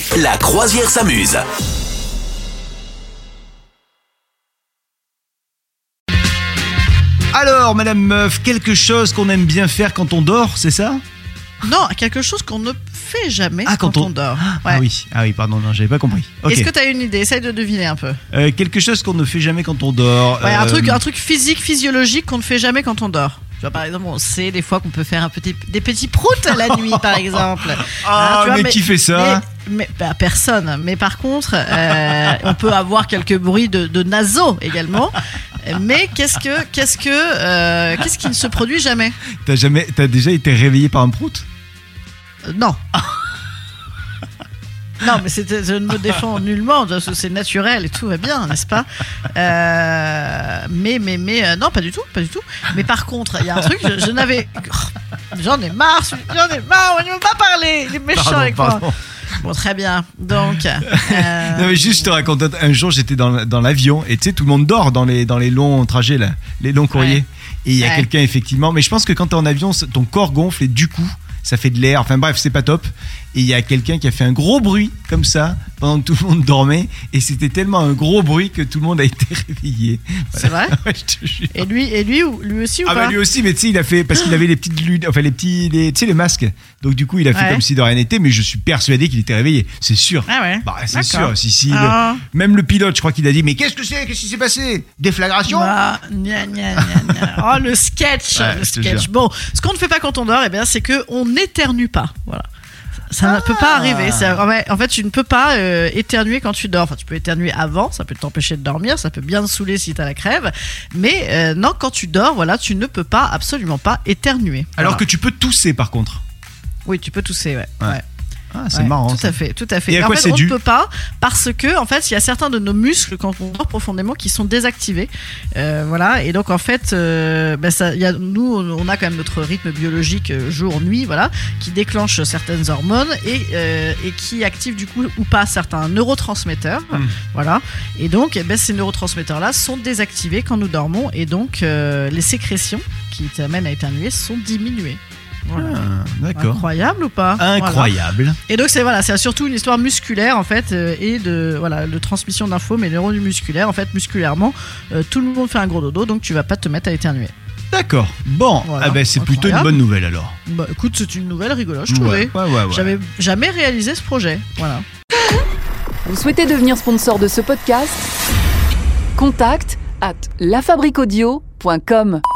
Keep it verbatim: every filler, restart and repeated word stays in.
La croisière s'amuse. Alors, Madame Meuf, quelque chose qu'on aime bien faire quand on dort, c'est ça ? Non, quelque chose qu'on ne fait jamais Ah, quand, quand on- on dort. Ah oui, ah oui, pardon, non, j'avais pas compris. Ok. Est-ce que tu as une idée ? Essaye de deviner un peu. Euh, quelque chose qu'on ne fait jamais quand on dort. Ouais, un, euh, truc, un truc physique, physiologique qu'on ne fait jamais quand on dort. Tu vois, par exemple, on sait des fois qu'on peut faire un petit, des petits proutes à la nuit, par exemple. Ah, Hein, tu vois, mais qui fait ça ? Mais, mais- bah, personne. Mais par contre, euh, on peut avoir quelques bruits de, de naseaux également. Mais qu'est-ce que, qu'est-ce que, euh, qu'est-ce qui ne se produit jamais ? T'as jamais, t'as déjà été réveillé par un prout ? Euh, Non. Non, mais c'était, je ne me défends nullement, parce que c'est naturel et tout va bien, n'est-ce pas ? Euh, mais, mais, mais, euh, non, pas du tout, pas du tout. Mais par contre, il y a un truc, je, je n'avais. Oh, j'en ai marre, j'en ai marre, on ne veut pas parler, il est méchant Pardon, avec pardon. moi. Bon, très bien. Donc. euh, Non mais juste je te raconte un jour j'étais dans, dans l'avion et tu sais tout le monde dort dans les, dans les longs trajets là, les longs courriers Ouais. et il y a Ouais. quelqu'un effectivement, mais je pense que quand t'es en avion ton corps gonfle et du coup ça fait de l'air, enfin bref c'est pas top et il y a quelqu'un qui a fait un gros bruit comme ça pendant que tout le monde dormait et c'était tellement un gros bruit que tout le monde a été réveillé. C'est vrai ? Ouais, je te jure. Et lui, et lui, ou- lui aussi ou Ah pas ? bah lui aussi, mais tu sais il a fait parce qu'il avait les petites lunettes, enfin les petits, les, tu sais les masques, donc du coup il a fait Ouais. comme si de rien n'était, mais je suis persuadé qu'il était réveillé, c'est sûr. Ah ouais. Bah c'est D'accord. sûr, si si. le- Ah. Même le pilote, je crois qu'il a dit mais qu'est-ce que c'est, qu'est-ce qui s'est passé, déflagration. Ah, gna, gna, gna, gna. Oh, le sketch, Ouais, le je te sketch. jure. Bon, ce qu'on ne fait pas quand on dort, eh bien, c'est que on n'éternue pas. Voilà. Ça ne peut pas arriver. C'est- En fait, tu ne peux pas euh, éternuer quand tu dors. Enfin, tu peux éternuer avant, ça peut t'empêcher de dormir, ça peut bien te saouler si t'as la crève. Mais euh, non, quand tu dors, voilà, tu ne peux pas, absolument pas éternuer. Alors Voilà. que tu peux tousser par contre. Oui, tu peux tousser, ouais. Ouais. ouais. Ah c'est Ouais, marrant. Tout ça. à fait, tout à fait. Et à en quoi fait, c'est on dû ne peut pas parce que en fait, il y a certains de nos muscles quand on dort profondément qui sont désactivés. Euh, voilà. Et donc en fait, euh, ben, ça, il y a, nous, on a quand même notre rythme biologique euh, jour-nuit, voilà, qui déclenche certaines hormones et euh, et qui active du coup ou pas certains neurotransmetteurs. Mm. Voilà. Et donc, eh ben, ces neurotransmetteurs-là sont désactivés quand nous dormons et donc euh, les sécrétions qui t'amènent à éternuer sont diminuées. Voilà. Ah, d'accord. Incroyable ou pas ? Voilà. Incroyable. Et donc c'est voilà, c'est surtout une histoire musculaire en fait euh, et de voilà de transmission d'infos, mais neurones musculaires en fait musculairement, euh, tout le monde fait un gros dodo, donc tu vas pas te mettre à éternuer. D'accord. Bon, Voilà. ah ben c'est plutôt une Incroyable. bonne nouvelle alors. Bah écoute, c'est une nouvelle rigolote, je trouvais. Ouais, ouais, ouais. ouais. J'avais jamais réalisé ce projet, voilà. Vous souhaitez devenir sponsor de ce podcast ? Contact à la fabrique audio point com.